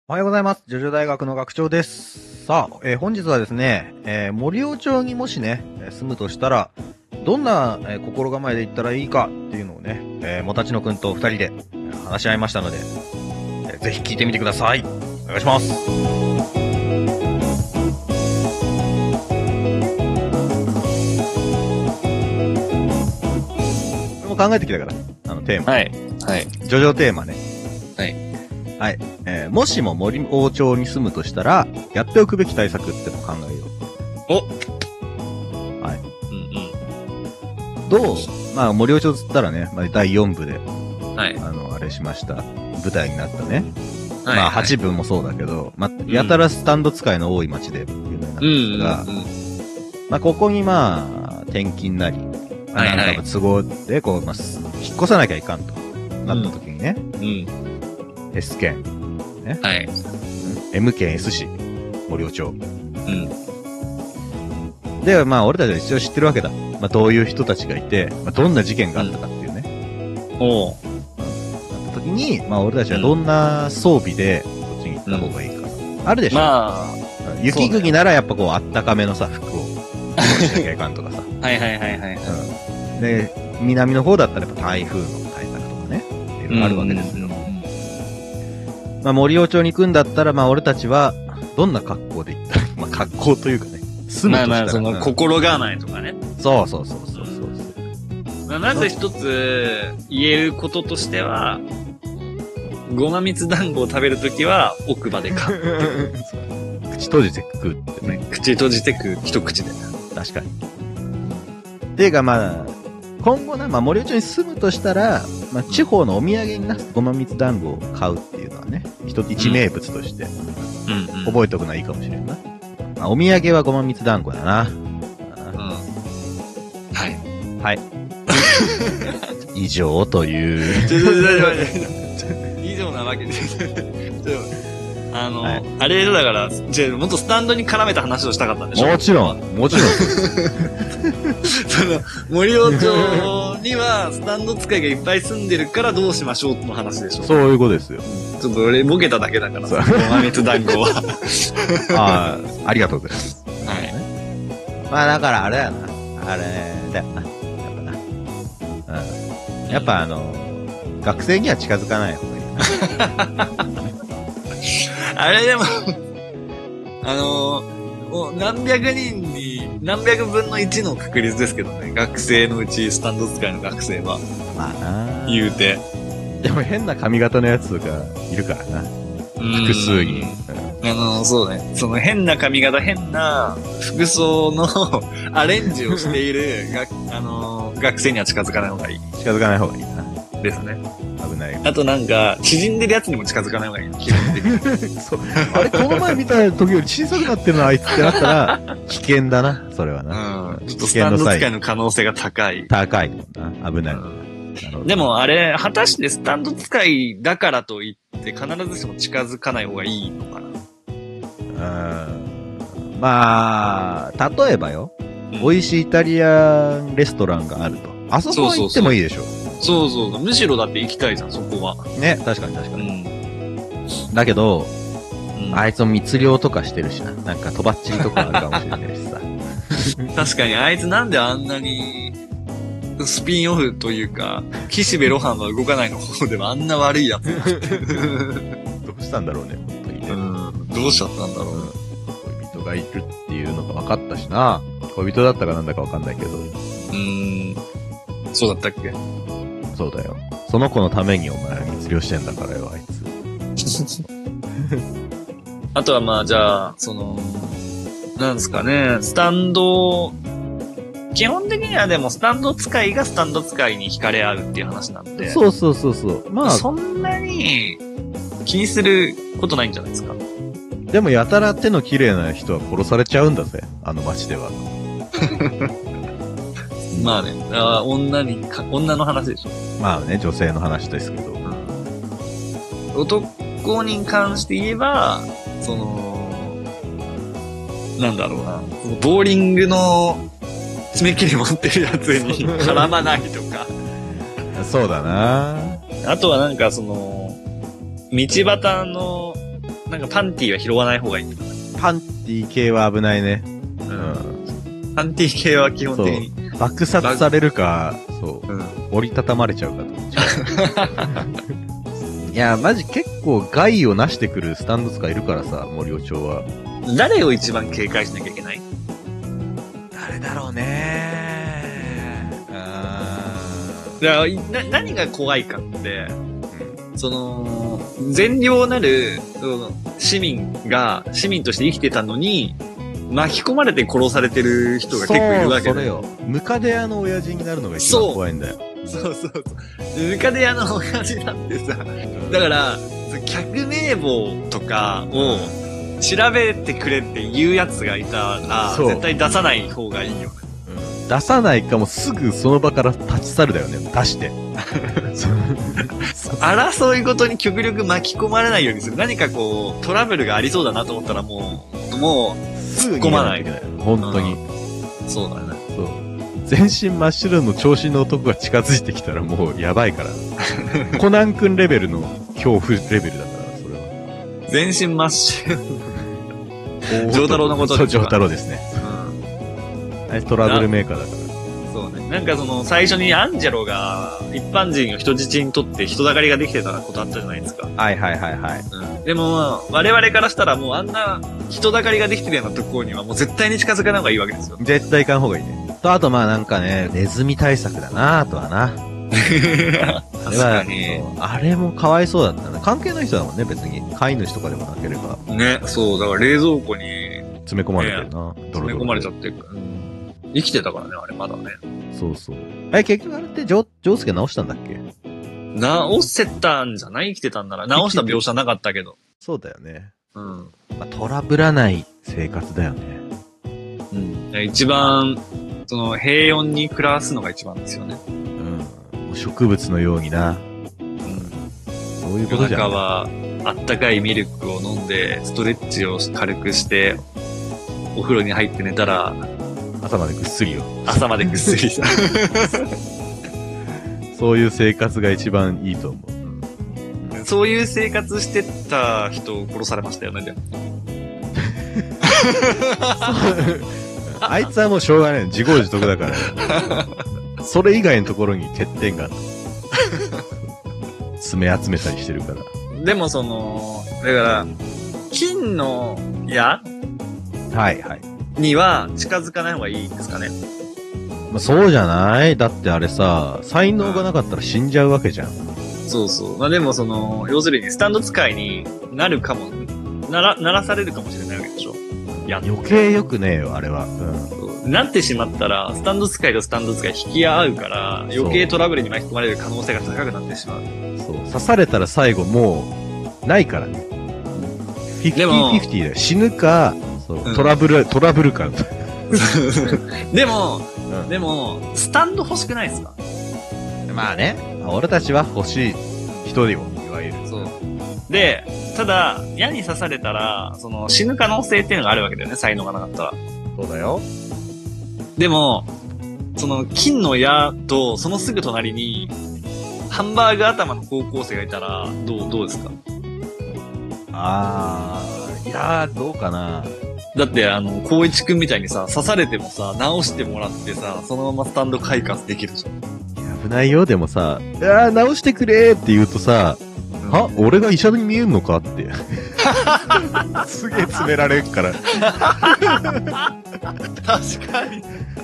おはようございます。ジョジョ大学の学長です。さあ、本日はですね、森尾町にもしね、住むとしたら、どんな、心構えで行ったらいいかっていうのをね、もたちのくんと二人で話し合いましたので、ぜひ聞いてみてください。お願いします。これも考えてきたから、テーマ。 はい。はい。 ジョジョテーマね。 はい。 はい。もしも森尾町に住むとしたら、やっておくべき対策ってのを考えよう。 おはい。 うんうん。 どうまあ、森尾町つったらね、まあ、第4部で、 はい。 あれしました。舞台になったね。 はい、 まあ、8部もそうだけど、まあ、やたらスタンド使いの多い町で有名になったんですが、まあ、ここにまあ、転勤なり、まあ、なんかの都合で、こう、まあ、引っ越さなきゃいかんとなった時にね、S 県、ね。 はい。 M 県 S 市、森尾町。 うん。 で、まあ、俺たちは一応知ってるわけだ。まあ、どういう人たちがいて、まあ、どんな事件があったかっていうね。 おう。 なった時に、まあ、俺たちはどんな装備で、こっちに行った方がいいか。あるでしょ。 まあ、 雪国ならやっぱこう、あったかめのさ、服を、しなきゃいかんとかさ。 はいはいはいはい。 で、南の方だったらやっぱ台風の対策とかね、いろいろあるわけですよ。まあ、森尾町に行くんだったら、まあ、俺たちは、どんな格好で行ったら、まあ、格好というかね、住むとしたら。 まあまあ、その、心構えとかね。 そうそうそうそうそう。 まあ、まず一つ言えることとしては、ごま蜜団子を食べるときは奥歯で噛む。 口閉じて食うってね。 口閉じて食う、一口で。 確かに。ていうかまあ、今後な、まあ森尾町に住むとしたら、まあ地方のお土産にな、ごま蜜団子を買うっていうのはね、一名物として、覚えておくのはいいかもしれんな。まあ、お土産はごま蜜団子だな。 はい。 はい。以上という。 以上なわけで。あれだから、もっとスタンドに絡めた話をしたかったんでしょ。 もちろん。 その、森尾町にはスタンド使いがいっぱい住んでるからどうしましょうの話でしょ。 そういうことですよ。 ちょっと俺ボケただけだから、ごま蜜団子は。 ああ、ありがとうございます。 はい。 まあだからあれやな。あれだよな。やっぱ学生には近づかない方がいい。 あれでも、もう何百人に、何百分の1の確率ですけどね。学生のうち、スタンド使いの学生は。 まあな言うて。 でも変な髪型のやつがいるからな。複数に。 そうね。その変な髪型、変な服装のアレンジをしている学生には近づかない方がいい。 近づかない方がいいな。 ですね。 危ない。 あとなんか、縮んでるやつにも近づかない方がいい。基本的に。 そう。あれ、この前見た時より小さくなってるな、あいつってなったら、危険だな、それはな。 ちょっとスタンド使いの可能性が高い。 高いもんな。危ない。 でもあれ、果たしてスタンド使いだからといって必ずしも近づかない方がいいのかな。 まあ、例えばよ、美味しいイタリアンレストランがあると。あそこは行ってもいいでしょ。 そうそう。むしろだって行きたいじゃん、そこは。 ね、確かに確かに。だけど、あいつも密漁とかしてるしな。なんか、とばっちりとかあるかもしれないしさ。 確かに、あいつなんであんなに、スピンオフというか、岸辺露伴は動かないの方ではあんな悪いやつ。 どうしたんだろうね、本当にね。 どうしちゃったんだろうね。 恋人がいるっていうのが分かったしな。恋人だったかなんだか分かんないけど。 そうだったっけ？ そうだよ。その子のためにお前密漁してんだからよ、あいつ。 あとはまあ、じゃあ、なんですかね、スタンド、基本的にはでもスタンド使いがスタンド使いに惹かれ合うっていう話なんで。 そうそうそうそう。まあ。 そんなに気にすることないんじゃないですか。 でもやたら手の綺麗な人は殺されちゃうんだぜ、あの街では。 まあね、女の話でしょ。 まあね、女性の話ですけど。 男に関して言えば、なんだろうな、ボーリングの爪切り持ってるやつに絡まないとか。 そうだな。 あとはなんか道端のなんかパンティーは拾わない方がいい。 パンティー系は危ないね。 パンティー系は基本的に。 爆殺されるか、そう、折りたたまれちゃうかと思っちゃう。いや、マジ結構害をなしてくるスタンド使いるからさ、森尾町は。 誰を一番警戒しなきゃいけない？ 誰だろうね。 何が怖いかって、善良なる、市民として生きてたのに、巻き込まれて殺されてる人が結構いるわけだよ。それよ。 ムカデ屋の親父になるのが一番怖いんだよ。 そう。ムカデ屋の親父なんてさ、だから、客名簿とかを調べてくれって言うやつがいたら、絶対出さない方がいいよね。 出さないかもすぐその場から立ち去るだよね。出して。 争いごとに極力巻き込まれないようにする。何かこう、トラブルがありそうだなと思ったらもう、突っ込まない。 本当に。 そうだね。 そう。全身真っ白の長身の男が近づいてきたらもうやばいから。コナン君レベルの恐怖レベルだから、それは。 全身真っ白。ジョータロのことですか？ そう、ジョータロですね。トラブルメーカーだから。 そうね。なんか最初にアンジェロが一般人を人質にとって人だかりができてたことあったじゃないですか。 はい。 でも、我々からしたらもうあんな人だかりができてるようなところにはもう絶対に近づかない方がいいわけですよ。 絶対行かん方がいいね。あとなんかね、ネズミ対策だな、あとはな。 確かに。 あれもかわいそうだったな。関係ない人だもんね、別に。飼い主とかでもなければ。 ね、そう、だから冷蔵庫に詰め込まれてるな。 詰め込まれちゃってるから。生きてたからね、あれまだね。 そう。結局あれってジョースケ直したんだっけ？ 直せたんじゃない？生きてたんなら。直した描写なかったけど。 そうだよね。トラブらない生活だよね。 一番、平穏に暮らすのが一番ですよね。 植物のようにな。そういうことじゃん。 中は、あったかいミルクを飲んで、ストレッチを軽くして、お風呂に入って寝たら、 朝までぐっすりよ。 朝までぐっすりさ。 そういう生活が一番いいと思う。そういう生活してた人を殺されましたよね、でも。 あいつはもうしょうがない。自業自得だから。それ以外のところに欠点がある。爪集めたりしてるから。 でもだから、金の矢には近づかない方がいいんですかね。 そうじゃない？だってあれさ、才能がなかったら死んじゃうわけじゃん。 そう。でも要するにスタンド使いになるかも、ならされるかもしれないわけでしょ。 余計良くねえよ、あれは。 なってしまったら、スタンド使いとスタンド使い引き合うから、余計トラブルに巻き込まれる可能性が高くなってしまう。 そう。刺されたら最後もう、ないからね。50-50だよ。死ぬか、トラブルか。 でも、スタンド欲しくないですか？ まあね。俺たちは欲しい人でも、いわゆる。 そう。で、ただ、矢に刺されたら、死ぬ可能性っていうのがあるわけだよね、才能がなかったら。 そうだよ。 でも、金の矢と、そのすぐ隣に、ハンバーグ頭の高校生がいたら、どうですか？ いやー、どうかな。 だって、光一くんみたいにさ、刺されてもさ、直してもらってさ、そのままスタンド開花できるじゃん。 危ないよ、でもさ、直してくれーって言うとさ、俺が医者に見えんのかって。すげえ詰められんから。 確かに。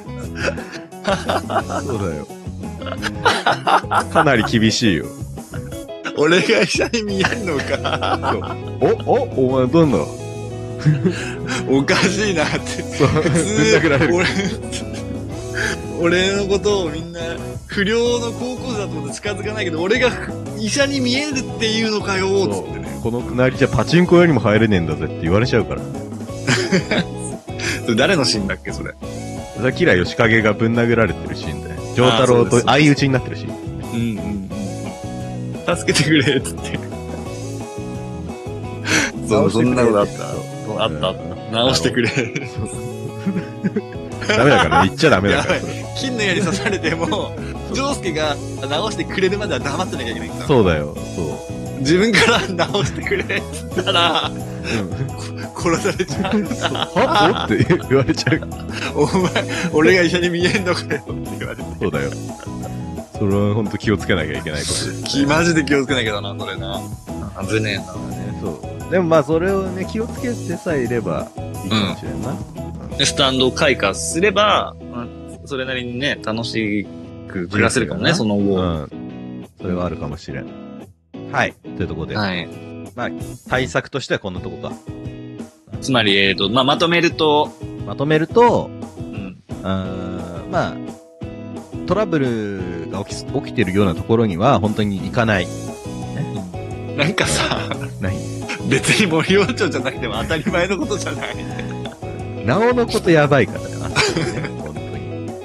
そうだよ。かなり厳しいよ。 俺が医者に見えんのか。 お前どんなおかしいなって。 そう、ぶん殴られる。 俺のことをみんな、不良の高校生だと思って近づかないけど、俺が医者に見えるっていうのかよ、つってね。 このくなりじゃパチンコ屋にも入れねえんだぜって言われちゃうから。 それ誰のシーンだっけ、それ。 キラヨシカゲがぶん殴られてるシーンで。ジョータロウと相打ちになってるシーン。 助けてくれ、つって。そんなことあった。あった。直してくれ。 ダメだから、言っちゃダメだから。 金の矢に刺されても、ジョースケが直してくれるまでは黙ってなきゃいけないんだ。 そうだよ、そう。 自分から直してくれって言ったら、 殺されちゃう。 はって言われちゃう。 お前、俺が医者に見えんのかよって言われて。 そうだよ。それは本当気をつけなきゃいけないことですね。 マジで気をつけなきゃだな、それな。危ねえな。 そう。でもまあそれをね、気をつけてさえいればいいかもしれんな。 でスタンドを開花すれば、それなりにね、楽しく暮らせるかもね、その後。 うん。それはあるかもしれん。はい。というところで。 はい。 まあ、対策としてはこんなとこか。 つまり、まとめると、 まとめると、 うん。 まあ、トラブルが起きてるようなところには本当に行かない。 なんかさ、 ない。 別に森王朝じゃなくても当たり前のことじゃない。 なおのことやばいからな。本当に。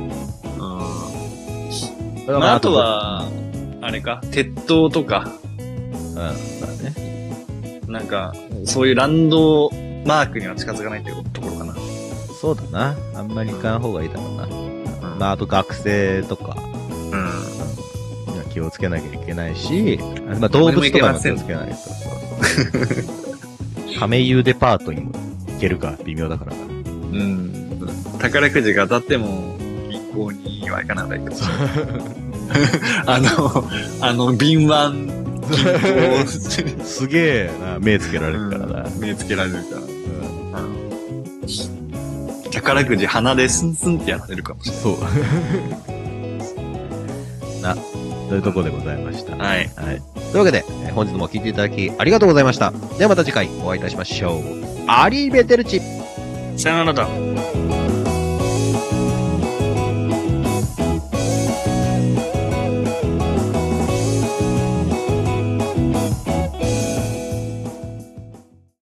まあ、あとは、あれか、鉄塔とか。 そうだね。 なんか、そういうランドマークには近づかないっていうところかな。 そうだな。あんまり行かん方がいいだろうな。まあ、あと学生とか。気をつけなきゃいけないし、まあ動物とかも気をつけないと。亀湯デパートにも行けるか微妙だからな。 宝くじが当たっても、銀行には行かない方がいいかもしれない。敏腕銀行すげえな、目つけられるからな。 目つけられるから。宝くじ鼻でスンスンってやられるかもしれない。 そう。というところでございました。 はい。 はい。というわけで、本日も聞いていただきありがとうございました。ではまた次回お会いいたしましょう。アリーベテルチ。 さよならだ。